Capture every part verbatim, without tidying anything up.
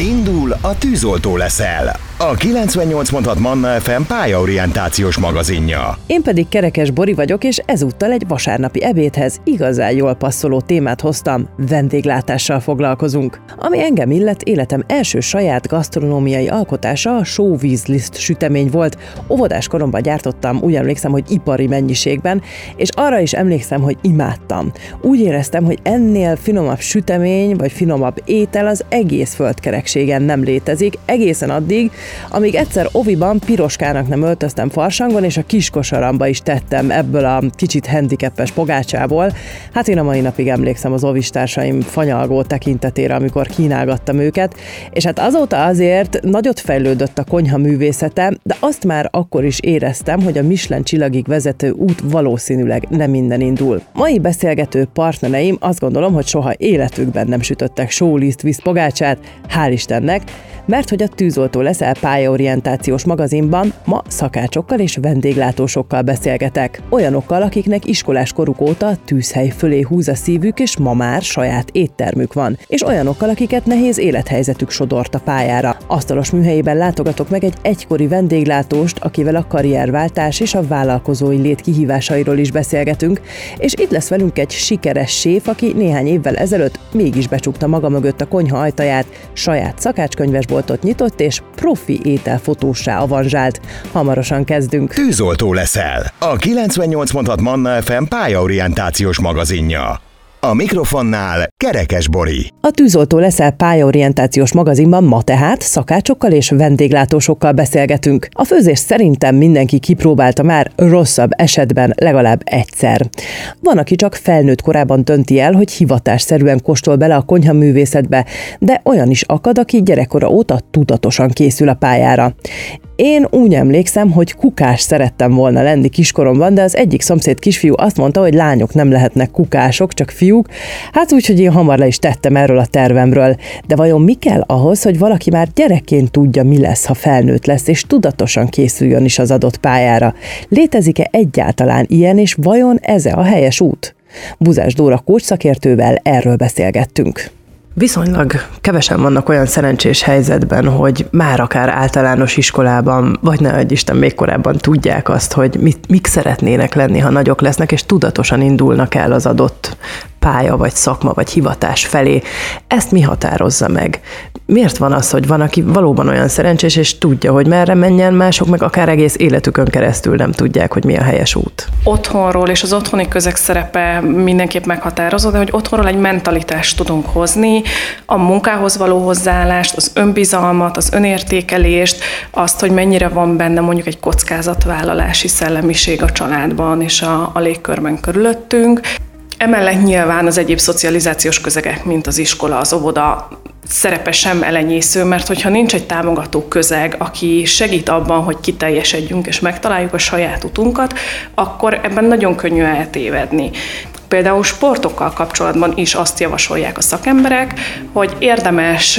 Indul a Tűzoltó leszel, a kilencvennyolc pont hat Manna ef em pályaorientációs magazinja. Én pedig Kerekes Bori vagyok, és ezúttal egy vasárnapi ebédhez igazán jól passzoló témát hoztam, vendéglátással foglalkozunk. Ami engem illet, életem első saját gasztronómiai alkotása a sóvízliszt sütemény volt. Óvodás koromban gyártottam, úgy emlékszem, hogy ipari mennyiségben, és arra is emlékszem, hogy imádtam. Úgy éreztem, hogy ennél finomabb sütemény, vagy finomabb étel az egész földkerekségen nem létezik, egészen addig, amíg egyszer oviban piroskának nem öltöztem farsangon, és a kiskosaramba is tettem ebből a kicsit handicappes pogácsából. Hát én a mai napig emlékszem az ovistársaim fanyalgó tekintetére, amikor kínálgattam őket, és hát azóta azért nagyot fejlődött a konyha művészete, de azt már akkor is éreztem, hogy a Michelin csillagig vezető út valószínűleg nem minden indul. Mai beszélgető partnereim azt gondolom, hogy soha életükben nem sütöttek sóliszt vízpogácsát, hál' Istennek, mert hogy a Tűzoltó leszel pályaorientációs magazinban ma szakácsokkal és vendéglátósokkal beszélgetek. Olyanokkal, akiknek iskolás koruk óta tűzhely fölé húz a szívük, és ma már saját éttermük van. És olyanokkal, akiket nehéz élethelyzetük sodort a pályára. Asztalos műhelyében látogatok meg egy egykori vendéglátóst, akivel a karrierváltás és a vállalkozói lét kihívásairól is beszélgetünk, és itt lesz velünk egy sikeres séf, aki néhány évvel ezelőtt mégis becsukta maga mögött a konyha ajtaját, saját szakácskönyvesboltot nyitott és profi ételfotóssá avanzsált. Hamarosan kezdünk. Tűzoltó leszel, a kilencvennyolc pont hat Manna ef em pályaorientációs magazinja. A mikrofonnál Kerekes Bori. A Tűzoltó leszel pályaorientációs magazinban ma tehát szakácsokkal és vendéglátósokkal beszélgetünk. A főzés szerintem mindenki kipróbálta már rosszabb esetben legalább egyszer. Van, aki csak felnőtt korában dönti el, hogy hivatásszerűen kóstol bele a konyhaművészetbe, de olyan is akad, aki gyerekkora óta tudatosan készül a pályára. Én úgy emlékszem, hogy kukás szerettem volna lenni kiskoromban, de az egyik szomszéd kisfiú azt mondta, hogy lányok nem lehetnek kukások, csak fiúk. Hát úgy, hogy én hamar le is tettem erről a tervemről. De vajon mi kell ahhoz, hogy valaki már gyerekként tudja, mi lesz, ha felnőtt lesz, és tudatosan készüljön is az adott pályára? Létezik-e egyáltalán ilyen, és vajon ez a helyes út? Buzás Dóra coach szakértővel erről beszélgettünk. Viszonylag kevesen vannak olyan szerencsés helyzetben, hogy már akár általános iskolában, vagy ne adj Isten, még korábban tudják azt, hogy mit, mik szeretnének lenni, ha nagyok lesznek, és tudatosan indulnak el az adott pálya, vagy szakma, vagy hivatás felé. Ezt mi határozza meg? Miért van az, hogy van, aki valóban olyan szerencsés, és tudja, hogy merre menjen, mások meg akár egész életükön keresztül nem tudják, hogy mi a helyes út? Otthonról és az otthoni közeg szerepe mindenképp meghatározó, de hogy otthonról egy mentalitást tudunk hozni, a munkához való hozzáállást, az önbizalmat, az önértékelést, azt, hogy mennyire van benne mondjuk egy kockázatvállalási szellemiség a családban és a, a légkörben körülöttünk. Emellett nyilván az egyéb szocializációs közegek, mint az iskola, az óvoda szerepe sem elenyésző, mert hogyha nincs egy támogató közeg, aki segít abban, hogy kiteljesedjünk és megtaláljuk a saját utunkat, akkor ebben nagyon könnyű eltévedni. Például sportokkal kapcsolatban is azt javasolják a szakemberek, hogy érdemes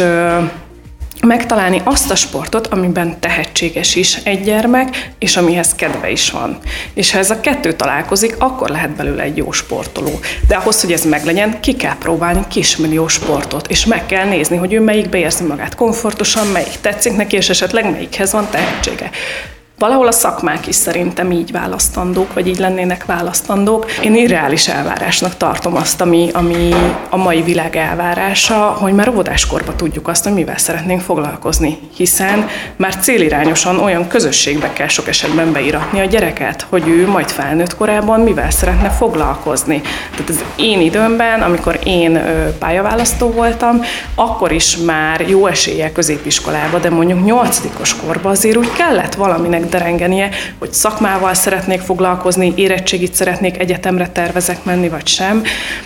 megtalálni azt a sportot, amiben tehetséges is egy gyermek, és amihez kedve is van. És ha ez a kettő találkozik, akkor lehet belőle egy jó sportoló. De ahhoz, hogy ez meglegyen, ki kell próbálni kismillió sportot, és meg kell nézni, hogy ő melyikbe érzi magát komfortosan, melyik tetszik neki, és esetleg melyikhez van tehetsége. Valahol a szakmák is szerintem így választandók, vagy így lennének választandók. Én irreális elvárásnak tartom azt, ami, ami a mai világ elvárása, hogy már óvodáskorban tudjuk azt, hogy mivel szeretnénk foglalkozni. Hiszen már célirányosan olyan közösségbe kell sok esetben beíratni a gyereket, hogy ő majd felnőtt korában mivel szeretne foglalkozni. Tehát az én időmben, amikor én pályaválasztó voltam, akkor is már jó eséllyel középiskolába, de mondjuk nyolcadikos korban azért úgy kellett valaminek derengenie, hogy szakmával szeretnék foglalkozni, érettségit szeretnék, egyetemre tervezek menni, vagy sem.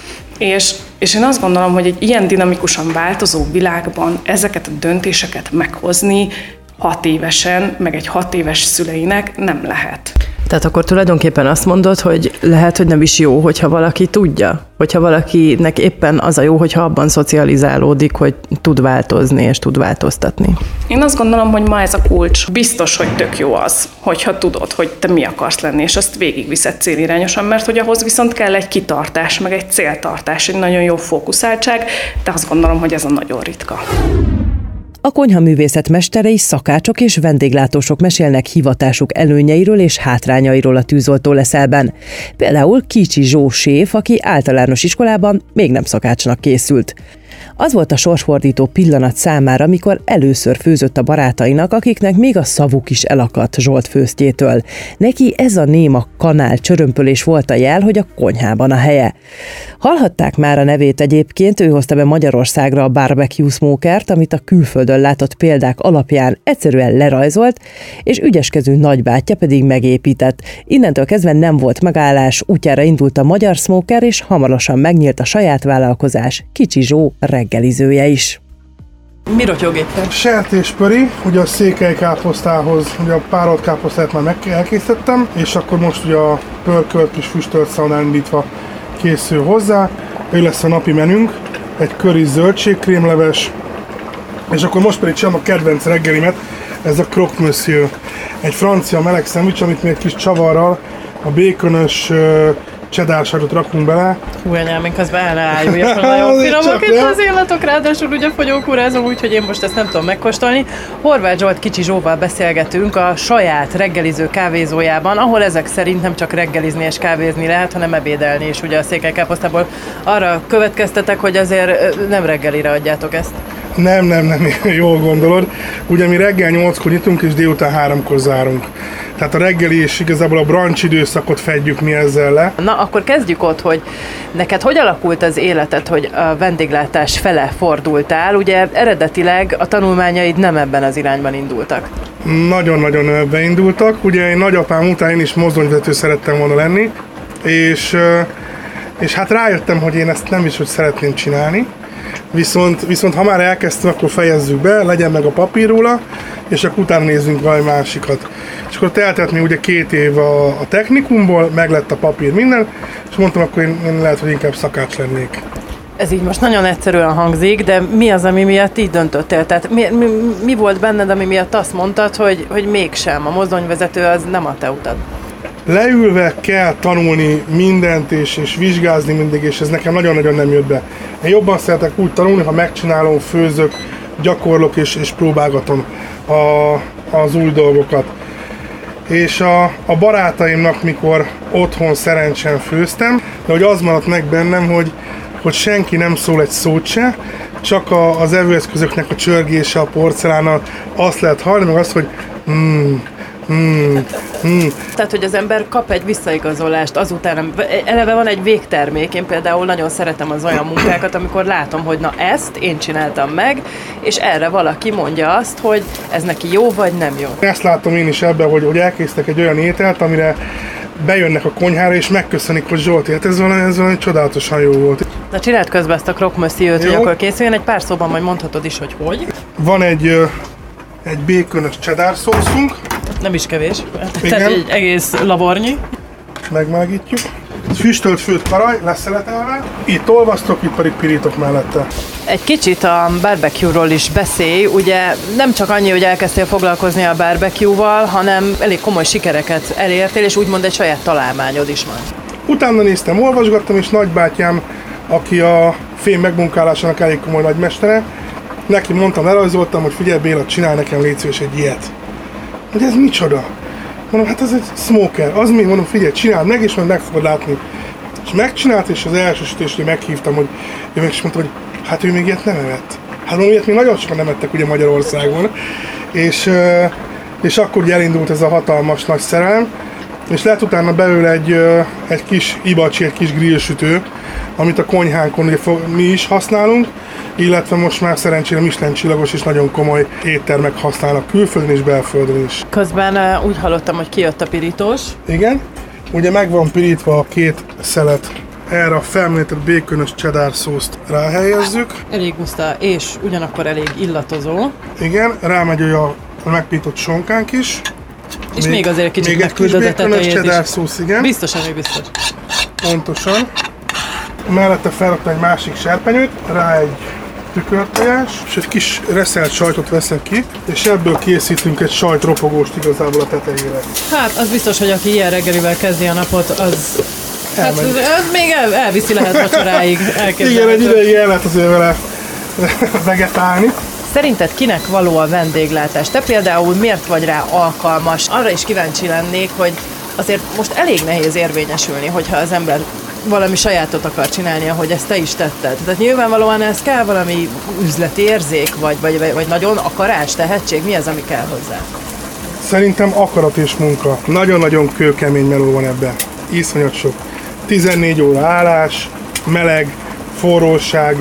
És, és én azt gondolom, hogy egy ilyen dinamikusan változó világban ezeket a döntéseket meghozni hat évesen, meg egy hat éves szüleinek nem lehet. Tehát akkor tulajdonképpen azt mondod, hogy lehet, hogy nem is jó, hogyha valaki tudja, hogyha valakinek éppen az a jó, hogyha abban szocializálódik, hogy tud változni és tud változtatni. Én azt gondolom, hogy ma ez a kulcs. Biztos, hogy tök jó az, hogyha tudod, hogy te mi akarsz lenni, és azt végigviszed célirányosan, mert hogy ahhoz viszont kell egy kitartás, meg egy céltartás, egy nagyon jó fókuszáltság, de azt gondolom, hogy ez a nagyon ritka. A konyhaművészet mesterei, szakácsok és vendéglátósok mesélnek hivatásuk előnyeiről és hátrányairól a tűzoltóleszelben. Például Kicsi Zsó séf, aki általános iskolában még nem szakácsnak készült. Az volt a sorsfordító pillanat számára, mikor először főzött a barátainak, akiknek még a szavuk is elakadt Zsolt főztjétől. Neki ez a néma kanál csörömpölés volt a jel, hogy a konyhában a helye. Hallhatták már a nevét egyébként, ő hozta be Magyarországra a barbecue smokert, amit a külföldön látott példák alapján egyszerűen lerajzolt, és ügyeskező nagybátyja pedig megépített. Innentől kezdve nem volt megállás, útjára indult a magyar smoker, és hamarosan megnyílt a saját vállalkozás, Kicsi Zsó reggelizője is. Mi rotyog éppen? Sertéspöri, ugye a székelykáposztához, ugye a párolt káposztát már meg elkészítettem, és akkor most ugye a pörkölt kis füstölt szalonnán indítva készül hozzá. Ő lesz a napi menünk, egy köri zöldségkrémleves, és akkor most pedig csinálom a kedvenc reggelimet, ez a croque monsieur. Egy francia meleg szendvics, amit még kis csavarral, a békönös cheddar sajtot rakunk bele. Hú, anyám, én közben elleálljulja fel, nagyon finomak itt az illatok, ráadásul ugye fogyókúrázom, úgyhogy én most ezt nem tudom megkóstolni. Horváth Zsolt Kicsi Zsóval beszélgetünk a saját reggeliző kávézójában, ahol ezek szerint nem csak reggelizni és kávézni lehet, hanem ebédelni, és ugye a székelykáposztából arra következtetek, hogy azért nem reggelire adjátok ezt. Nem, nem, nem, jól gondolod. Ugye mi reggel nyolckor nyitunk, és délután háromkor zárunk. Tehát a reggeli és igazából a brunch időszakot fedjük mi ezzel le. Na, akkor kezdjük ott, hogy neked hogy alakult az életed, hogy a vendéglátás fele fordultál? Ugye eredetileg a tanulmányaid nem ebben az irányban indultak. Nagyon-nagyon beindultak. Ugye én nagyapám után én is mozdonyvezető szerettem volna lenni, és, és hát rájöttem, hogy én ezt nem is hogy szeretném csinálni. Viszont, viszont ha már elkezdtem, akkor fejezzük be, legyen meg a papír róla, és akkor utána nézzünk valami másikat. És akkor eltelt még ugye két év a, a technikumból, meg lett a papír minden, és mondtam, akkor én, én lehet, hogy inkább szakács lennék. Ez így most nagyon egyszerűen hangzik, de mi az, ami miatt így döntöttél? Tehát mi, mi, mi volt benned, ami miatt azt mondtad, hogy, hogy mégsem, a mozdonyvezető az nem a te utad? Leülve kell tanulni mindent, és, és vizsgázni mindig, és ez nekem nagyon-nagyon nem jött be. Én jobban szeretek úgy tanulni, ha megcsinálom, főzök, gyakorlok és, és próbálgatom a, az új dolgokat. És a, a barátaimnak, mikor otthon szerencsén főztem, de hogy az maradt meg bennem, hogy, hogy senki nem szól egy szót se, csak a, az evőeszközöknek a csörgése, a porcelánnal azt lehet hallani, meg azt, hogy mm, mm, mm. Tehát, hogy az ember kap egy visszaigazolást azután, eleve van egy végtermék. Én például nagyon szeretem az olyan munkákat, amikor látom, hogy na ezt én csináltam meg, és erre valaki mondja azt, hogy ez neki jó vagy nem jó. Ezt látom én is ebben, hogy, hogy elkészítek egy olyan ételt, amire bejönnek a konyhára, és megköszönik, hogy Zsolti, hát ez valami, ez valami csodálatosan jó volt. Na csináld közben ezt a croque monsieur-t, hogy akkor készüljön. Egy pár szóban majd mondhatod is, hogy hogy. Van egy, egy békönös cheddar szószunk. Nem is kevés. Tehát egy egész labornyi. Megmelegítjük. Füstölt főtt karaj, leszeletelve. Itt olvasztok, itt pedig pirítok mellette. Egy kicsit a barbecue-ról is beszélj. Ugye nem csak annyi, hogy elkezdtél foglalkozni a barbecue-val, hanem elég komoly sikereket elértél, és úgymond egy saját találmányod is van. Utána néztem, olvasgattam, és nagybátyám, aki a fém megmunkálásának elég komoly nagymestere, neki mondtam, lerajzoltam, hogy figyelj Béla, csinálj nekem légy szíves egy ilyet. Hogy ez micsoda? Mondom, hát ez egy smoker. Az mi? Mondom, figyelj, csináld meg, és majd meg fogod látni. És megcsinált, és az első sütésre meghívtam, hogy ő meg is mondta, hogy hát ő még ilyet nem evett. Hát mondom, ilyet még nagyon sokan nem ettek ugye Magyarországon. És, és akkor ugye elindult ez a hatalmas nagy szerelem, és lett utána belőle egy, egy kis ibacsi, egy kis grillsütő, amit a konyhánkon ugye mi is használunk, illetve most már szerencsére Michelin csillagos és nagyon komoly éttermek használnak külföldön és belföldön is. Közben úgy hallottam, hogy kijött a pirítós. Igen, ugye meg van pirítva a két szelet. Erre a felmelegített békönös cheddar szószt ráhelyezzük. Elég guszta és ugyanakkor elég illatozó. Igen, rámegy a megpirított sonkánk is. És még, még azért kicsit még egy kis békönös cheddar szósz, igen. Biztosan, hogy biztos. Pontosan. Mellette felraktam egy másik serpenyőt, rá egy tükörtojás, és egy kis reszelt sajtot veszek ki, és ebből készítünk egy sajtropogóst igazából a tetejére. Hát az biztos, hogy aki ilyen reggelivel kezdi a napot, az, hát, az még el, elviszi lehet vacsoráig. Igen, egy ideig el lehet azért vele vegetálni. Szerinted kinek való a vendéglátás? Te például miért vagy rá alkalmas? Arra is kíváncsi lennék, hogy azért most elég nehéz érvényesülni, hogyha az ember valami sajátot akar csinálni, ahogy ezt te is tetted. Tehát nyilvánvalóan ez kell valami üzleti érzék, vagy, vagy, vagy nagyon akarás, tehetség, mi az, ami kell hozzá? Szerintem akarat és munka. Nagyon-nagyon kőkemény meló van ebben. Iszonyat sok. tizennégy óra állás, meleg, forróság,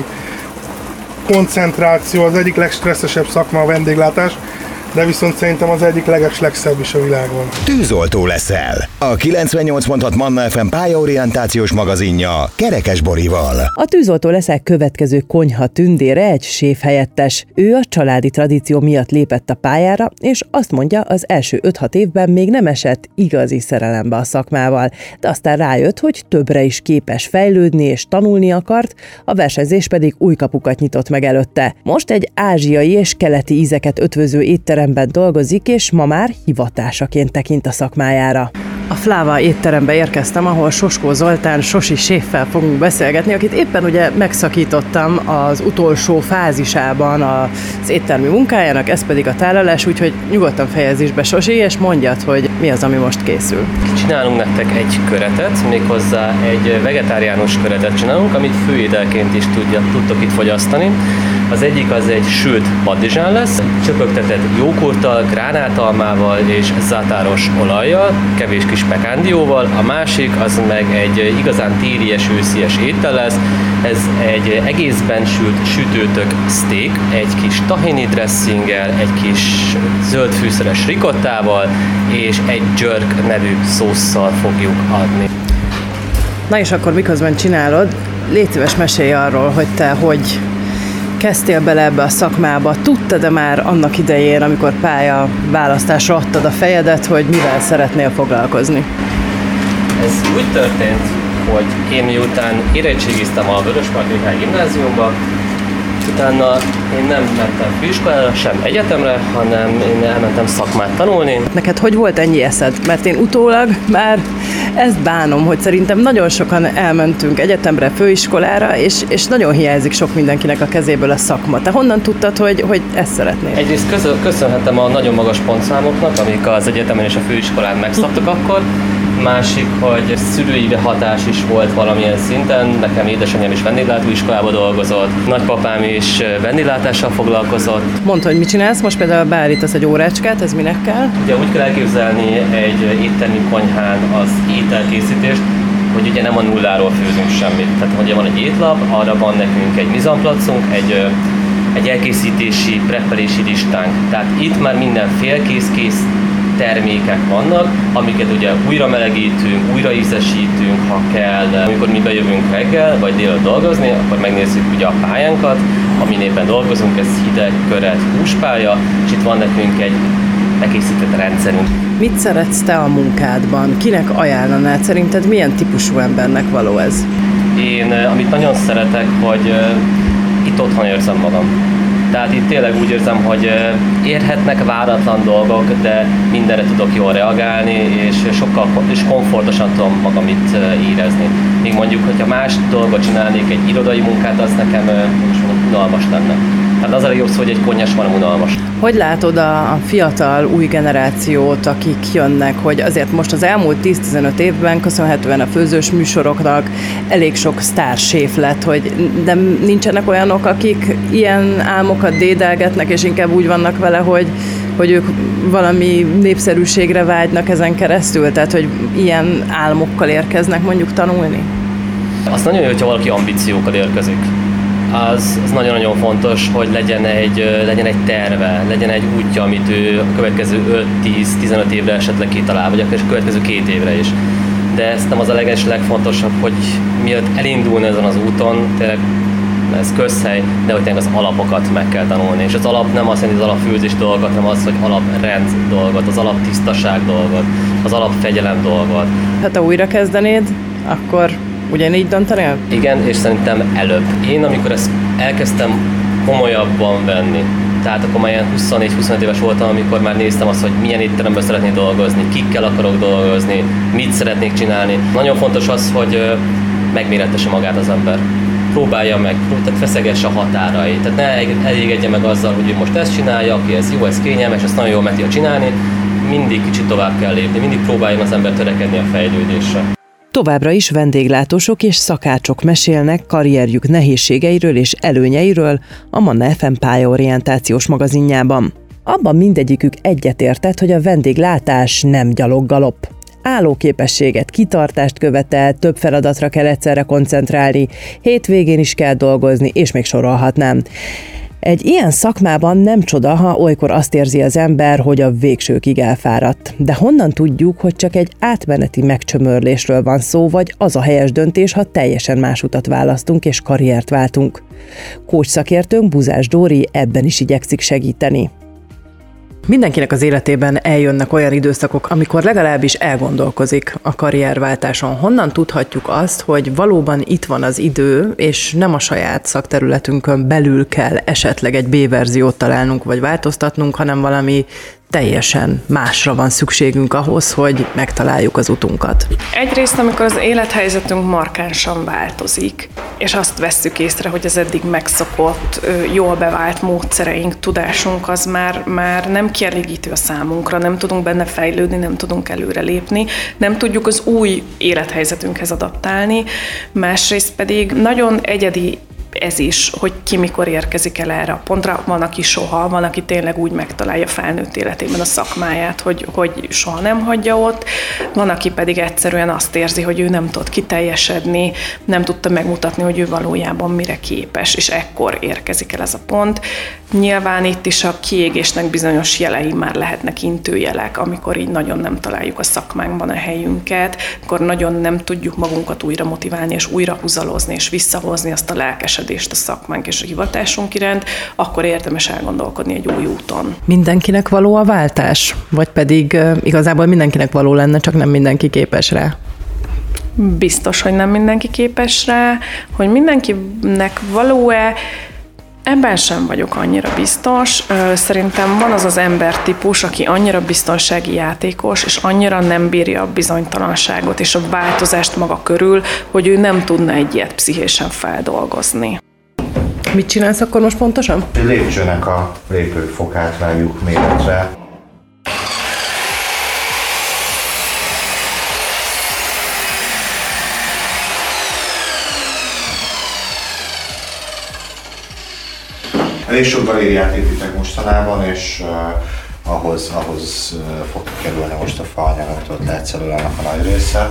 koncentráció, az egyik legstresszesebb szakma a vendéglátás, de viszont szerintem az egyik leges-legszebb is a világon. Tűzoltó leszel. A kilencvennyolc pont hat Manna ef em pályaorientációs magazinja Kerekes Borival. A Tűzoltó leszel következő konyha tündére egy séfhelyettes. Ő a családi tradíció miatt lépett a pályára, és azt mondja, az első öt-hat évben még nem esett igazi szerelembe a szakmával, de aztán rájött, hogy többre is képes fejlődni és tanulni akart, a versenyzés pedig új kapukat nyitott meg előtte. Most egy ázsiai és keleti ízeket ötvöző étteremben dolgozik, és ma már hivatásaként tekint a szakmájára. A Fláva étterembe érkeztem, ahol Soskó Zoltán Sosi séffel fogunk beszélgetni, akit éppen ugye megszakítottam az utolsó fázisában az éttermi munkájának, ez pedig a tálalás, úgyhogy nyugodtan fejezz be, Sosi, és mondjad, hogy mi az, ami most készül. Csinálunk nektek egy köretet, méghozzá egy vegetáriánus köretet csinálunk, amit főételként is tudja, tudtok itt fogyasztani. Az egyik az egy sült padizsán lesz, csöpögtetett jókurttal, gránátalmával és zátáros olajjal, kevés kis pekándióval. A másik az meg egy igazán téries, őszies étel lesz. Ez egy egészben sült sütőtök steak, egy kis tahini dressinggel, egy kis zöldfűszeres ricottával és egy jerk nevű szósszal fogjuk adni. Na és akkor miközben csinálod, légy szíves, mesélj arról, hogy te hogy kezdtél bele ebbe a szakmába. Tudtad-e már annak idején, amikor pálya választásra adtad a fejedet, hogy mivel szeretnél foglalkozni? Ez úgy történt, hogy én miután érettségiztem a Vörösmarty Mihály gimnáziumba, utána én nem mentem főiskolára, sem egyetemre, hanem én elmentem szakmát tanulni. Neked hogy volt ennyi eszed? Mert én utólag már ezt bánom, hogy szerintem nagyon sokan elmentünk egyetemre, főiskolára, és, és nagyon hiányzik sok mindenkinek a kezéből a szakma. Te honnan tudtad, hogy, hogy ezt szeretnél? Egyrészt köszönhetem a nagyon magas pontszámoknak, amik az egyetemen és a főiskolán megszabtak akkor. Másik, hogy szülői hatás is volt valamilyen szinten. Nekem édesanyám is vendéglátóiskolában dolgozott, nagypapám is vendéglátással foglalkozott. Mondd, hogy mit csinálsz, most például beállítasz egy órácskát, ez minek kell? Ugye úgy kell elképzelni egy éttermi konyhán az ételkészítést, hogy ugye nem a nulláról főzünk semmit. Tehát ugye van egy étlap, arra van nekünk egy mizanplacunk, egy, egy elkészítési, preppelési listánk. Tehát itt már minden félkész-kész termékek vannak, amiket ugye újra melegítünk, újra ízesítünk, ha kell. Amikor mi bejövünk reggel, vagy délután dolgozni, akkor megnézzük ugye a pályánkat, amin éppen dolgozunk, ez hideg, köret, húspálya, és itt van nekünk egy bekészített rendszerünk. Mit szeretsz te a munkádban? Kinek ajánlanád? Szerinted milyen típusú embernek való ez? Én, amit nagyon szeretek, hogy itt otthon érzem magam. Tehát itt tényleg úgy érzem, hogy érhetnek váratlan dolgok, de mindenre tudok jól reagálni, és sokkal és komfortosan tudom magam itt érezni. Még mondjuk, hogyha más dolgot csinálnék, egy irodai munkát, az nekem most mondom, unalmas lenne. Tehát az a legjobb szó, hogy egy konnyás van unalmas. Hogy látod a fiatal új generációt, akik jönnek, hogy azért most az elmúlt tíz-tizenöt évben köszönhetően a főzős műsoroknak elég sok sztárséf lett, hogy de nincsenek olyanok, akik ilyen álmokat dédelgetnek, és inkább úgy vannak vele, hogy, hogy ők valami népszerűségre vágynak ezen keresztül, tehát hogy ilyen álmokkal érkeznek mondjuk tanulni? Azt nagyon jó, hogyha valaki ambíciókkal érkezik. Az, az nagyon-nagyon fontos, hogy legyen egy, legyen egy terve, legyen egy útja, amit ő a következő öt-tíz-tizenöt évre esetleg kitalál, vagy akár a következő két évre is. De ez nem az a leges, legfontosabb, hogy mielőtt elindulni ezen az úton, tényleg ez közhely, de hogy tényleg az alapokat meg kell tanulni. És az alap nem azt jelenti, az alapfőzés dolgot, hanem az, hogy alaprend dolgot, az alaptisztaság dolgot, az alapfegyelem dolgot. Ha te újra kezdenéd, akkor ugyanígy döntenél? Igen, és szerintem előbb. Én, amikor ezt elkezdtem komolyabban venni, tehát akkor már ilyen huszonnégy-huszonöt éves voltam, amikor már néztem azt, hogy milyen étteremben szeretnék dolgozni, kikkel akarok dolgozni, mit szeretnék csinálni. Nagyon fontos az, hogy megmérettesse magát az ember. próbálja meg, tehát feszegesse a határait. Tehát ne elégedje meg azzal, hogy ő most ezt csinálja, aki ez jó, ez kényelmes, ezt nagyon jól meg tudja csinálni. Mindig kicsit tovább kell lépni, mindig próbáljon az ember törekedni a fejlődésre. Továbbra is vendéglátósok és szakácsok mesélnek karrierjük nehézségeiről és előnyeiről a Manna ef em pályaorientációs magazinjában. Abban mindegyikük egyetértett, hogy a vendéglátás nem gyaloggalop. Állóképességet, kitartást követel, több feladatra kell egyszerre koncentrálni, hétvégén is kell dolgozni, és még sorolhatnám. Egy ilyen szakmában nem csoda, ha olykor azt érzi az ember, hogy a végsőkig elfáradt. De honnan tudjuk, hogy csak egy átmeneti megcsömörlésről van szó, vagy az a helyes döntés, ha teljesen más utat választunk és karriert váltunk? Coach szakértőnk Buzás Dóri ebben is igyekszik segíteni. Mindenkinek az életében eljönnek olyan időszakok, amikor legalábbis elgondolkozik a karrierváltáson. Honnan tudhatjuk azt, hogy valóban itt van az idő, és nem a saját szakterületünkön belül kell esetleg egy B-verziót találnunk, vagy változtatnunk, hanem valami teljesen másra van szükségünk ahhoz, hogy megtaláljuk az utunkat. Egyrészt, amikor az élethelyzetünk markánsan változik, és azt vesszük észre, hogy az eddig megszokott, jól bevált módszereink, tudásunk az már, már nem kielégítő a számunkra, nem tudunk benne fejlődni, nem tudunk előrelépni, nem tudjuk az új élethelyzetünkhez adaptálni, másrészt pedig nagyon egyedi ez is, hogy ki mikor érkezik el erre a pontra. Van, aki soha, van, aki tényleg úgy megtalálja felnőtt életében a szakmáját, hogy, hogy soha nem hagyja ott. Van, aki pedig egyszerűen azt érzi, hogy ő nem tud kiteljesedni, nem tudta megmutatni, hogy ő valójában mire képes, és ekkor érkezik el ez a pont. Nyilván itt is a kiégésnek bizonyos jelei már lehetnek intőjelek, amikor így nagyon nem találjuk a szakmánkban a helyünket, akkor nagyon nem tudjuk magunkat újra motiválni, és újra húzalozni, és visszahozni azt a lelkesedést a szakmánk és a hivatásunk iránt, akkor érdemes elgondolkodni egy új úton. Mindenkinek való a váltás? Vagy pedig uh, igazából mindenkinek való lenne, csak nem mindenki képes rá? Biztos, hogy nem mindenki képes rá, hogy mindenkinek való-e, ebben sem vagyok annyira biztos. Szerintem van az az embertípus, aki annyira biztonsági játékos, és annyira nem bírja a bizonytalanságot és a változást maga körül, hogy ő nem tudna egy ilyet pszichésen feldolgozni. Mit csinálsz akkor most pontosan? Lépcsőnek a lépőfokát vágjuk méretre. Elég sok galériát építek mostanában, és uh, ahhoz, ahhoz uh, fog kerülni most a faanyag, amit ott lehet szerelni annak a nagy része,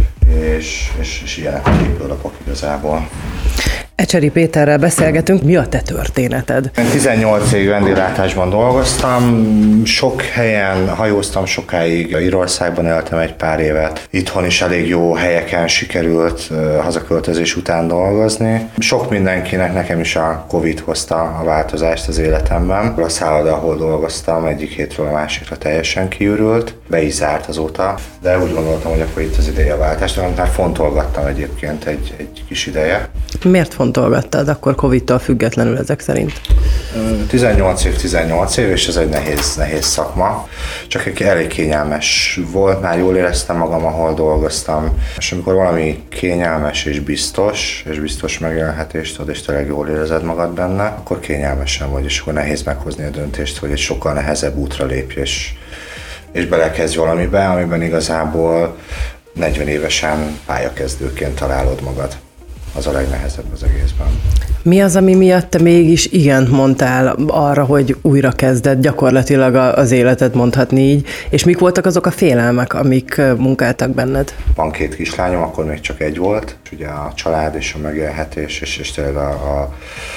és, és, és ilyenek a lépőlapok igazából. Ecseri Péterrel beszélgetünk, mi a te történeted? Én tizennyolc évig vendéglátásban dolgoztam, sok helyen hajóztam sokáig, Írországban éltem egy pár évet, itthon is elég jó helyeken sikerült hazaköltözés után dolgozni. Sok mindenkinek, nekem is a Covid hozta a változást az életemben. A szálloda, ahol dolgoztam, egyik hétről a másikra teljesen kiürült, be is zárt azóta, de úgy gondoltam, hogy akkor itt az ideje a váltást, amit már fontolgattam egyébként egy, egy kis ideje. Miért fontolgattad akkor Covid-tól függetlenül ezek szerint? tizennyolc év, tizennyolc év, és ez egy nehéz, nehéz szakma. Csak elég kényelmes volt, már jól éreztem magam, ahol dolgoztam. És amikor valami kényelmes és biztos, és biztos megélhetést ad, és tényleg jól érezed magad benne, akkor kényelmesen vagy, és akkor nehéz meghozni a döntést, hogy egy sokkal nehezebb útra lépj, és, és belekezdj valamibe, amiben igazából negyven évesen pályakezdőként találod magad. Az a legnehezebb az egészben. Mi az, ami miatt te mégis igent mondtál arra, hogy újra kezded gyakorlatilag az életed, mondhatni így, és mik voltak azok a félelmek, amik munkáltak benned? Van két kislányom, akkor még csak egy volt, és ugye a család és a megélhetés, és, és tényleg a, a,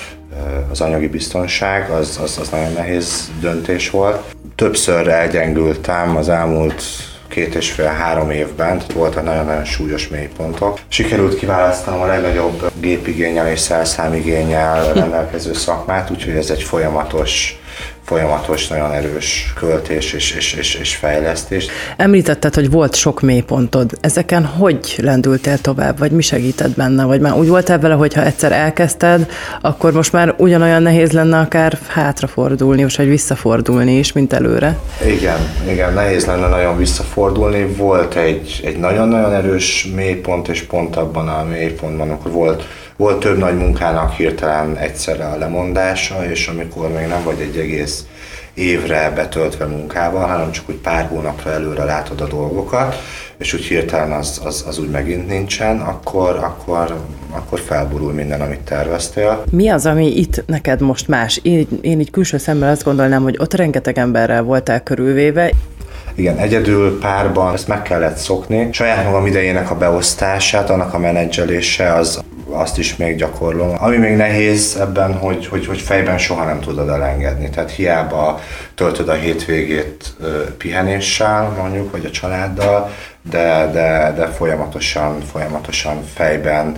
az anyagi biztonság, az, az, az nagyon nehéz döntés volt. Többször elgyengültem az elmúlt két és fél, három évben, tehát voltak nagyon-nagyon súlyos mélypontok. Sikerült kiválasztanom a legnagyobb gépigénnyel és szerszámigénnyel rendelkező szakmát, úgyhogy ez egy folyamatos, folyamatos, nagyon erős költés és, és, és, és fejlesztés. Említetted, hogy volt sok mélypontod. Ezeken hogy lendültél tovább, vagy mi segített benne? Vagy már úgy voltál vele, hogy ha egyszer elkezdted, akkor most már ugyanolyan nehéz lenne akár hátrafordulni, vagy visszafordulni is, mint előre? Igen, igen, nehéz lenne nagyon visszafordulni. Volt egy, egy nagyon-nagyon erős mélypont, és pont abban a mélypontban, akkor volt volt több nagy munkának hirtelen egyszerre a lemondása, és amikor még nem vagy egy egész évre betöltve munkával, hanem csak úgy pár hónapra előre látod a dolgokat, és úgy hirtelen az, az, az úgy megint nincsen, akkor, akkor, akkor felborul minden, amit terveztél. Mi az, ami itt neked most más? Én, én így külső szemmel azt gondolnám, hogy ott rengeteg emberrel voltál körülvéve. Igen, egyedül, párban ezt meg kellett szokni. Saját magam idejének a beosztását, annak a menedzselése, az, azt is még gyakorlom. Ami még nehéz ebben, hogy, hogy, hogy fejben soha nem tudod elengedni. Tehát hiába töltöd a hétvégét pihenéssel, mondjuk, vagy a családdal, de, de, de folyamatosan, folyamatosan fejben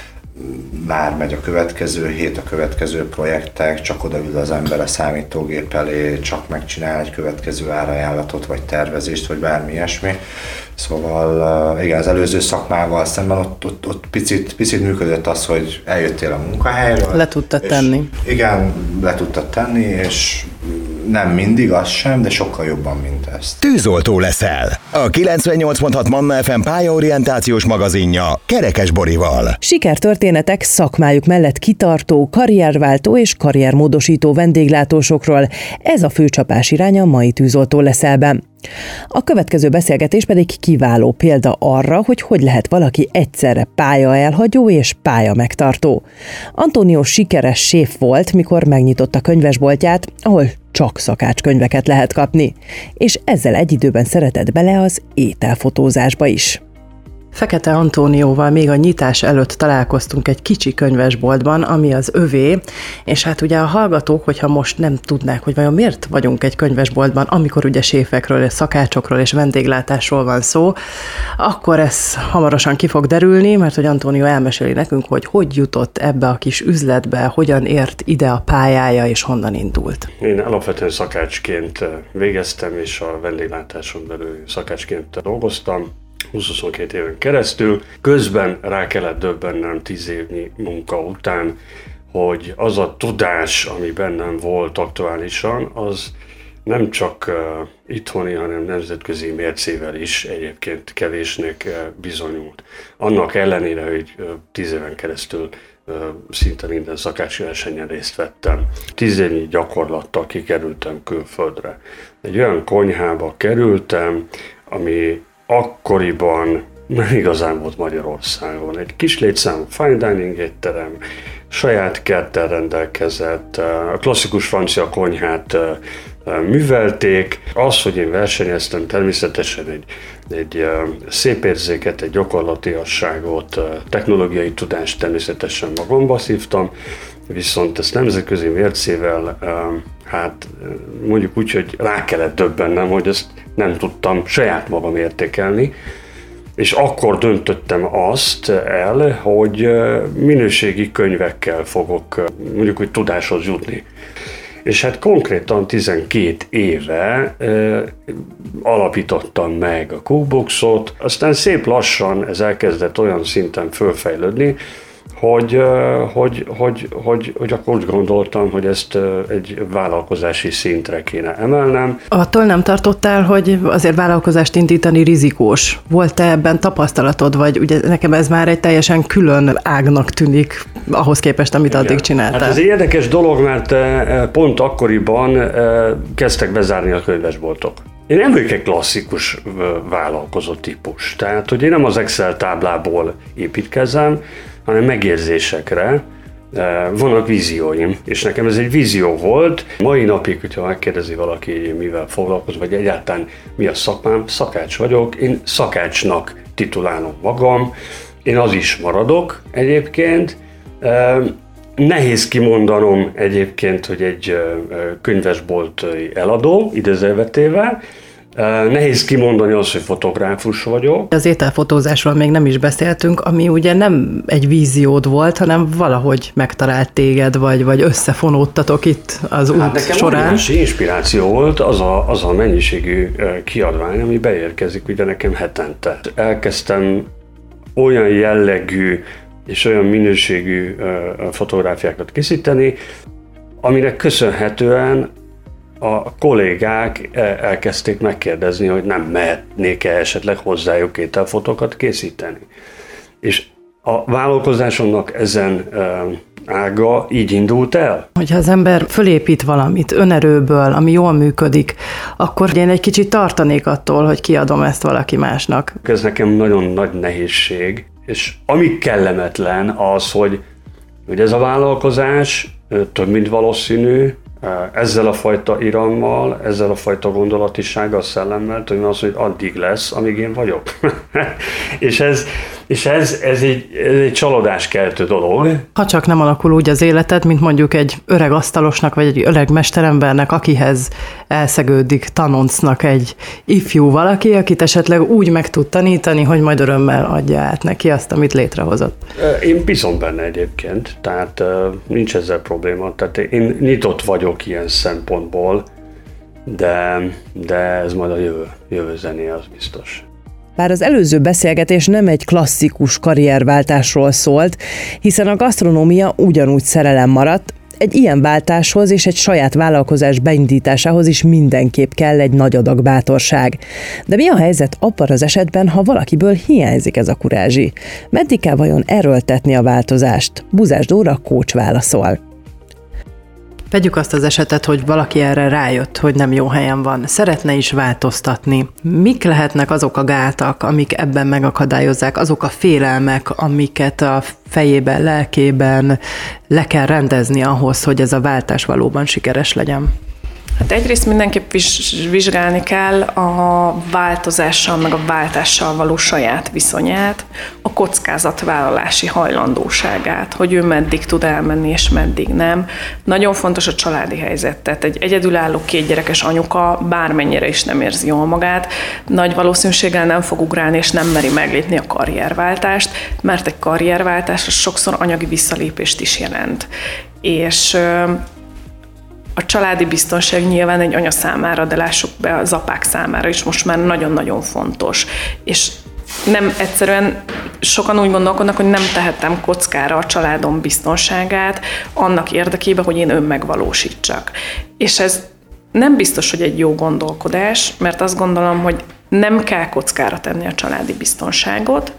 már megy a következő hét, a következő projektek, csak odaül az ember a számítógép elé, csak megcsinál egy következő árajánlatot, vagy tervezést, vagy bármi ilyesmi. Szóval igen, az előző szakmával szemben ott, ott, ott picit, picit működött az, hogy eljöttél a munkahelyről. Le tudtad tenni. Igen, le tudtad tenni, és nem mindig, az sem, de sokkal jobban, mint ezt. Tűzoltó leszel. A kilencvennyolc pont hat Manna ef em pályaorientációs magazinja Kerekes Borival. Sikertörténetek szakmájuk mellett kitartó, karrierváltó és karriermódosító vendéglátósokról. Ez a fő csapás irány a mai Tűzoltó leszelben. A következő beszélgetés pedig kiváló példa arra, hogy hogy lehet valaki egyszerre pályaelhagyó és pálya megtartó. Antónió sikeres séf volt, mikor megnyitotta könyvesboltját, ahol csak szakácskönyveket lehet kapni, és ezzel egy időben szeretett bele az ételfotózásba is. Fekete Antónióval még a nyitás előtt találkoztunk egy kicsi könyvesboltban, ami az övé, és hát ugye a hallgatók, hogyha most nem tudnák, hogy vajon miért vagyunk egy könyvesboltban, amikor ugye séfekről, szakácsokról és vendéglátásról van szó, akkor ez hamarosan ki fog derülni, mert hogy Antónió elmeséli nekünk, hogy hogy jutott ebbe a kis üzletbe, hogyan ért ide a pályája és honnan indult. Én alapvetően szakácsként végeztem, és a vendéglátáson belül szakácsként dolgoztam, húsz-huszonkettő éven keresztül. Közben rá kellett döbbennem tíz évnyi munka után, hogy az a tudás, ami bennem volt aktuálisan, az nem csak uh, itthoni, hanem nemzetközi mércével is egyébként kevésnek uh, bizonyult. Annak ellenére, hogy uh, tíz éven keresztül uh, szinte minden szakácsi versenyen részt vettem. Tíz évnyi gyakorlattal kikerültem külföldre. Egy olyan konyhába kerültem, ami akkoriban nem igazán volt Magyarországon. Egy kis létszámú fine dining étterem, saját kerttel rendelkezett, a klasszikus francia konyhát művelték. Az, hogy én versenyeztem, természetesen egy, egy szép érzéket, egy gyakorlatiasságot, technológiai tudást természetesen magamba szívtam, viszont ezt nemzetközi mércével, hát mondjuk úgy, hogy rá kellett döbbennem, hogy ezt nem tudtam saját magam értékelni, és akkor döntöttem azt el, hogy minőségi könyvekkel fogok mondjuk úgy tudáshoz jutni. És hát konkrétan tizenkét éve e, alapítottam meg a Cookbooksot, aztán szép lassan ez elkezdett olyan szinten fölfejlődni, hogy, hogy, hogy, hogy, hogy akkor úgy gondoltam, hogy ezt egy vállalkozási szintre kéne emelnem. Attól nem tartottál, hogy azért vállalkozást indítani rizikós? Volt-e ebben tapasztalatod, vagy ugye nekem ez már egy teljesen külön ágnak tűnik ahhoz képest, amit Igen. addig csináltál? Hát ez egy érdekes dolog, mert pont akkoriban kezdtek bezárni a könyvesboltok. Én nem vagyok egy klasszikus vállalkozó típus, tehát hogy én nem az Excel táblából építkezem, hanem megérzésekre. Vannak vízióim, és nekem ez egy vízió volt. Mai napig, hogyha megkérdezi valaki, mivel foglalkozom, vagy egyáltalán mi a szakmám, szakács vagyok, én szakácsnak titulálom magam, én az is maradok egyébként. Nehéz kimondanom egyébként, hogy egy könyvesbolt eladó, idézőjelbetével. Nehéz kimondani azt, hogy fotográfus vagyok. Az ételfotózásról még nem is beszéltünk, ami ugye nem egy víziód volt, hanem valahogy megtalált téged, vagy, vagy összefonódtatok itt az út hát nekem során. Nekem inspiráció volt az a, az a mennyiségű kiadvány, ami beérkezik ugye nekem hetente. Elkezdtem olyan jellegű és olyan minőségű fotográfiákat készíteni, aminek köszönhetően a kollégák elkezdték megkérdezni, hogy nem mehetnék-e esetleg hozzájuk ételfotókat készíteni. És A vállalkozásomnak ezen ága így indult el. Hogyha az ember fölépít valamit önerőből, ami jól működik, akkor én egy kicsit tartanék attól, hogy kiadom ezt valaki másnak. Ez nekem nagyon nagy nehézség, és ami kellemetlen az, hogy, hogy ez a vállalkozás több mint valószínű, ezzel a fajta irammal, ezzel a fajta gondolatisággal, szellemmel, hogy azt, hogy addig lesz, amíg én vagyok. és ez, és ez, ez, egy, ez egy csalódáskeltő dolog. Ha csak nem alakul úgy az életed, mint mondjuk egy öreg asztalosnak, vagy egy öreg mesterembernek, akihez elszegődik tanoncnak egy ifjú valaki, akit esetleg úgy meg tud tanítani, hogy majd örömmel adja át neki azt, amit létrehozott. Én bízom benne egyébként, tehát nincs ezzel probléma. Tehát én nyitott vagyok ilyen szempontból, de, de ez majd a jövő, jövő zené, az biztos. Bár az előző beszélgetés nem egy klasszikus karrierváltásról szólt, hiszen a gasztronómia ugyanúgy szerelem maradt, egy ilyen váltáshoz és egy saját vállalkozás beindításához is mindenképp kell egy nagy adag bátorság. De mi a helyzet abban az esetben, ha valakiből hiányzik ez a kurázsi? Meddig kell vajon erőltetni a változást? Buzás Dóra coach válaszol. Vegyük azt az esetet, hogy valaki erre rájött, hogy nem jó helyen van, szeretne is változtatni. Mik lehetnek azok a gátak, amik ebben megakadályozzák, azok a félelmek, amiket a fejében, lelkében le kell rendezni ahhoz, hogy ez a váltás valóban sikeres legyen? Hát egyrészt mindenképp vizsgálni kell a változással, meg a váltással való saját viszonyát, a kockázatvállalási hajlandóságát, hogy ő meddig tud elmenni, és meddig nem. Nagyon fontos a családi helyzet, tehát egy egyedülálló kétgyerekes anyuka bármennyire is nem érzi jól magát, nagy valószínűséggel nem fog ugrálni, és nem meri meglépni a karrierváltást, mert egy karrierváltás sokszor anyagi visszalépést is jelent. És a családi biztonság nyilván egy anya számára, de lássuk be az apák számára is most már nagyon-nagyon fontos. És nem egyszerűen sokan úgy gondolkodnak, hogy nem tehetem kockára a családom biztonságát annak érdekében, hogy én önmegvalósítsak. És ez nem biztos, hogy egy jó gondolkodás, mert azt gondolom, hogy nem kell kockára tenni a családi biztonságot,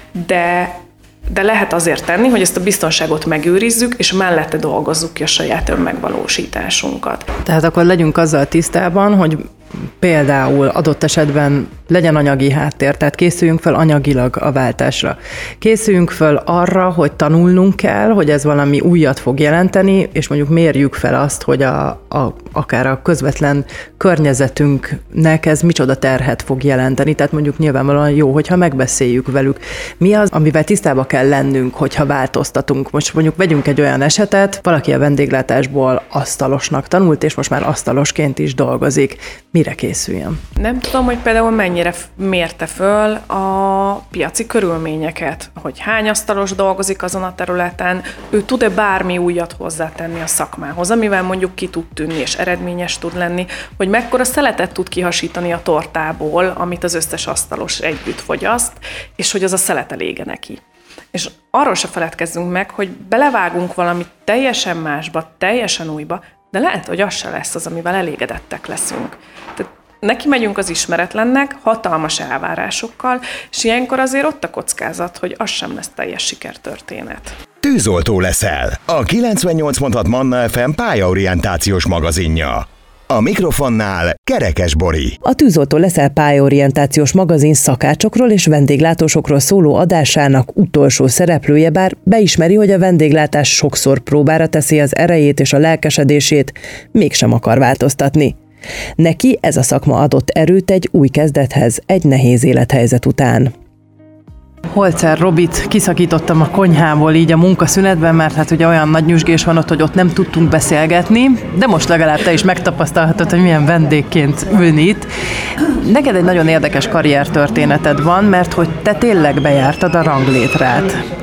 de de lehet azért tenni, hogy ezt a biztonságot megőrizzük, és mellette dolgozzuk ki a saját önmegvalósításunkat. Tehát akkor legyünk azzal tisztában, hogy például adott esetben legyen anyagi háttér, tehát készüljünk fel anyagilag a váltásra. Készüljünk fel arra, hogy tanulnunk kell, hogy ez valami újat fog jelenteni, és mondjuk mérjük fel azt, hogy a, a, akár a közvetlen környezetünknek ez micsoda terhet fog jelenteni. Tehát mondjuk nyilvánvalóan jó, hogyha megbeszéljük velük. Mi az, amivel tisztába kell lennünk, hogyha változtatunk. Most mondjuk vegyünk egy olyan esetet, valaki a vendéglátásból asztalosnak tanult, és most már asztalosként is dolgozik. Mire készüljön? Nem tudom, hogy például mennyire mérte föl a piaci körülményeket, hogy hány asztalos dolgozik azon a területen, ő tud-e bármi újat hozzátenni a szakmához, amivel mondjuk ki tud tűnni és eredményes tud lenni, hogy mekkora szeletet tud kihasítani a tortából, amit az összes asztalos együtt fogyaszt, és hogy az a szelet elége neki. És arról se feledkezzünk meg, hogy belevágunk valamit teljesen másba, teljesen újba, de lehet, hogy az se lesz az, amivel elégedettek leszünk. Tehát neki megyünk az ismeretlennek, hatalmas elvárásokkal, és ilyenkor azért ott a kockázat, hogy az sem lesz teljes sikertörténet. Tűzoltó leszel, a kilencvennyolc pont hat Manna ef em pályaorientációs magazinja. A mikrofonnál Kerekes Bori. A Tűzoltó leszel pályaorientációs magazin szakácsokról és vendéglátósokról szóló adásának utolsó szereplője, bár beismeri, hogy a vendéglátás sokszor próbára teszi az erejét és a lelkesedését, mégsem akar változtatni. Neki ez a szakma adott erőt egy új kezdethez, egy nehéz élethelyzet után. Holzer Robit kiszakítottam a konyhából így a munkaszünetben, mert hát ugye olyan nagy nyüzsgés van ott, hogy ott nem tudtunk beszélgetni, de most legalább te is megtapasztalhatod, hogy milyen vendégként ülni itt. Neked egy nagyon érdekes karriertörténeted van, mert hogy te tényleg bejártad a ranglétrát.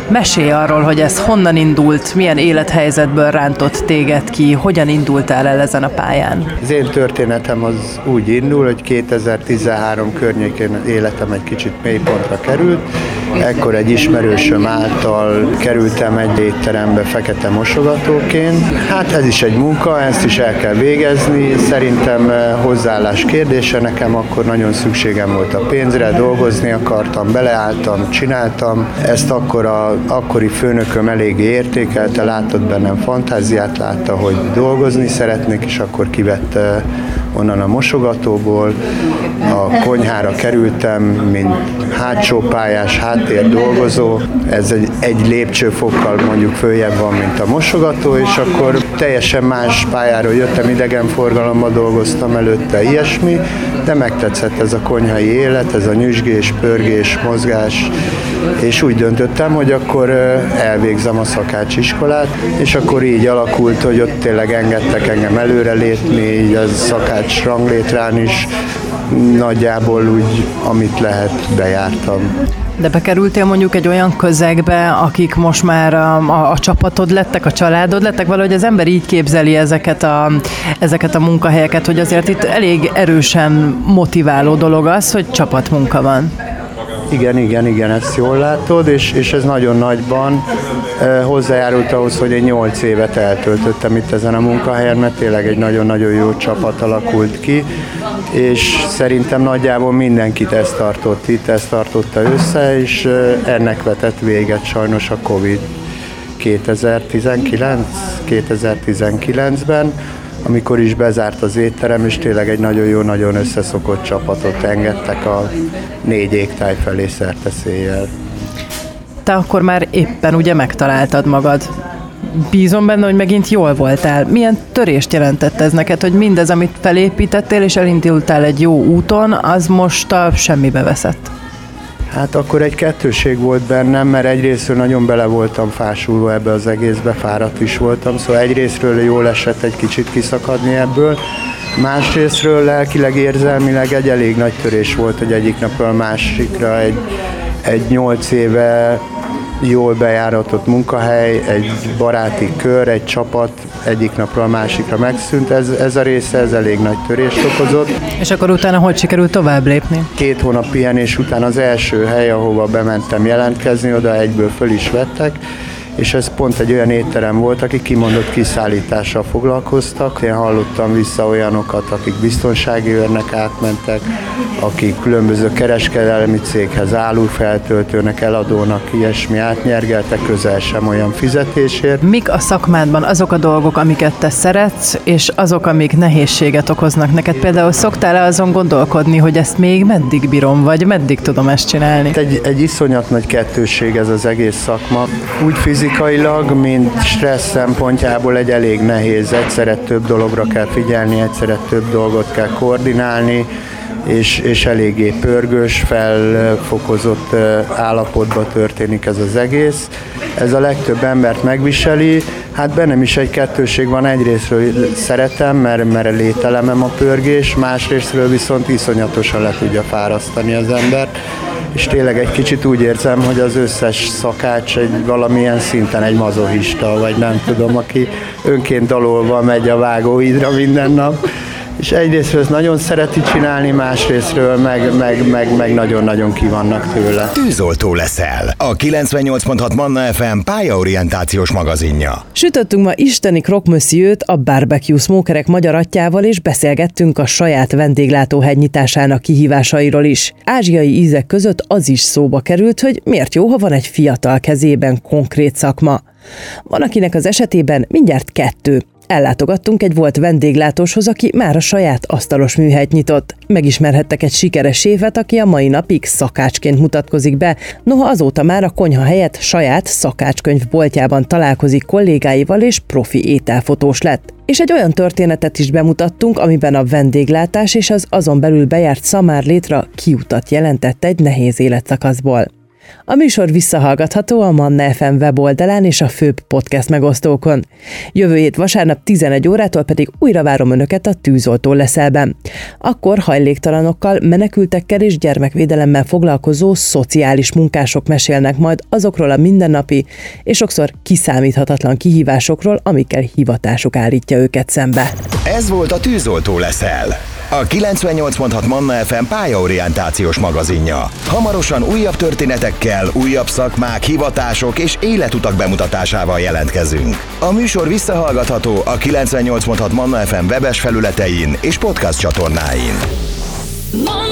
Mesélj arról, hogy ez honnan indult, milyen élethelyzetből rántott téged ki, hogyan indultál el ezen a pályán? Az én történetem az úgy indul, hogy kétezer-tizenhárom környékén életem egy kicsit mélypontra került. Ekkor egy ismerősöm által kerültem egy étterembe fekete mosogatóként. Hát ez is egy munka, ezt is el kell végezni. Szerintem hozzáállás kérdése, nekem akkor nagyon szükségem volt a pénzre, dolgozni akartam, beleálltam, csináltam. Ezt akkor a akkori főnököm eléggé értékelte, látott bennem fantáziát, látta, hogy dolgozni szeretnék, és akkor kivette onnan a mosogatóból. A konyhára kerültem, mint hátsó pályás, háttér dolgozó. Ez egy, egy lépcsőfokkal mondjuk följebb van, mint a mosogató, és akkor teljesen más pályáról jöttem, idegenforgalomba dolgoztam előtte, ilyesmi, de megtetszett ez a konyhai élet, ez a nyüzsgés, pörgés, mozgás, és úgy döntöttem, hogy akkor elvégzem a szakácsiskolát, és akkor így alakult, hogy ott tényleg engedtek engem előrelépni, így a szakács ranglétrán is nagyjából úgy, amit lehet, bejártam. De bekerültél mondjuk egy olyan közegbe, akik most már a, a, a csapatod lettek, a családod lettek, valahogy az ember így képzeli ezeket a, ezeket a munkahelyeket, hogy azért itt elég erősen motiváló dolog az, hogy csapatmunka van. Igen, igen, igen, ezt jól látod, és, és ez nagyon nagyban eh, hozzájárult ahhoz, hogy én nyolc évet eltöltöttem itt ezen a munkahelyen, mert tényleg egy nagyon-nagyon jó csapat alakult ki, és szerintem nagyjából mindenkit ezt tartott itt, ezt tartotta össze, és eh, ennek vetett véget sajnos a Covid kétezer-tizenkilencben, amikor is bezárt az étterem, és tényleg egy nagyon jó, nagyon összeszokott csapatot engedtek a négy égtáj felé szerteszéjjel. Te akkor már éppen ugye megtaláltad magad. Bízom benne, hogy megint jól voltál. Milyen törést jelentett ez neked, hogy mindez, amit felépítettél és elindultál egy jó úton, az most a semmibe veszett? Hát akkor egy kettőség volt bennem, mert egyrésztről nagyon bele voltam fásulva ebbe az egészbe, fáradt is voltam, szóval egyrésztről jól esett egy kicsit kiszakadni ebből, másrésztről lelkileg, érzelmileg egy elég nagy törés volt, hogy egyik napról a másikra egy, egy nyolc éve jól bejáratott munkahely, egy baráti kör, egy csapat egyik napról a másikra megszűnt. Ez, ez a része, ez elég nagy törést okozott. És akkor utána hogy sikerült tovább lépni? Két hónap pihenés után az első hely, ahova bementem jelentkezni, oda egyből föl is vettek, és ez pont egy olyan étterem volt, akik kimondott kiszállítással foglalkoztak. Én hallottam vissza olyanokat, akik biztonsági őrnek átmentek, akik különböző kereskedelmi céghez árulfeltöltőnek, eladónak, ilyesmi átnyergeltek, közel sem olyan fizetésért. Mik a szakmádban azok a dolgok, amiket te szeretsz, és azok, amik nehézséget okoznak neked? Például szoktál-e azon gondolkodni, hogy ezt még meddig bírom, vagy meddig tudom ezt csinálni? Egy, egy iszonyat nagy kettősség ez az egész szakma. Úgy fizikailag, mint stressz szempontjából egy elég nehéz, egyszerre több dologra kell figyelni, egyszerre több dolgot kell koordinálni, és, és eléggé pörgős, felfokozott állapotban történik ez az egész. Ez a legtöbb embert megviseli, hát bennem is egy kettőség van, egyrésztről szeretem, mert, mert lételemem a pörgés, másrésztről viszont iszonyatosan le tudja fárasztani az embert, és tényleg egy kicsit úgy érzem, hogy az összes szakács egy valamilyen szinten egy mazochista, vagy nem tudom, aki önként dalolva megy a vágóhídra minden nap, és egyrésztről ezt nagyon szereti csinálni, másrésztről meg, meg, meg, meg nagyon-nagyon kivannak tőle. Tűzoltó leszel, a kilencvennyolc pont hat Manna ef em pályaorientációs magazinja. Sütöttünk ma isteni croque-monsieurt a Barbecue Smokerek magyar atyjával, és beszélgettünk a saját vendéglátóhegy nyitásának kihívásairól is. Ázsiai ízek között az is szóba került, hogy miért jó, ha van egy fiatal kezében konkrét szakma. Van, akinek az esetében mindjárt kettő. Ellátogattunk egy volt vendéglátóshoz, aki már a saját asztalos műhelyt nyitott. Megismerhettek egy sikeres séfet, aki a mai napig szakácsként mutatkozik be, noha azóta már a konyha helyett saját szakácskönyv boltjában találkozik kollégáival és profi ételfotós lett. És egy olyan történetet is bemutattunk, amiben a vendéglátás és az azon belül bejárt szamárlétra kiutat jelentett egy nehéz életszakaszból. A műsor visszahallgatható a Manna ef em weboldalán és a főbb podcast megosztókon. Jövő hét vasárnap tizenegy órától pedig újra várom Önöket a Tűzoltó leszelben. Akkor hajléktalanokkal, menekültekkel és gyermekvédelemmel foglalkozó szociális munkások mesélnek majd azokról a mindennapi és sokszor kiszámíthatatlan kihívásokról, amikkel hivatásuk állítja őket szembe. Ez volt a Tűzoltó leszel, a kilencvennyolc pont hat Manna ef em pályaorientációs magazinja. Hamarosan újabb történetekkel, újabb szakmák, hivatások és életutak bemutatásával jelentkezünk. A műsor visszahallgatható a kilencvennyolc pont hat Manna ef em webes felületein és podcast csatornáin.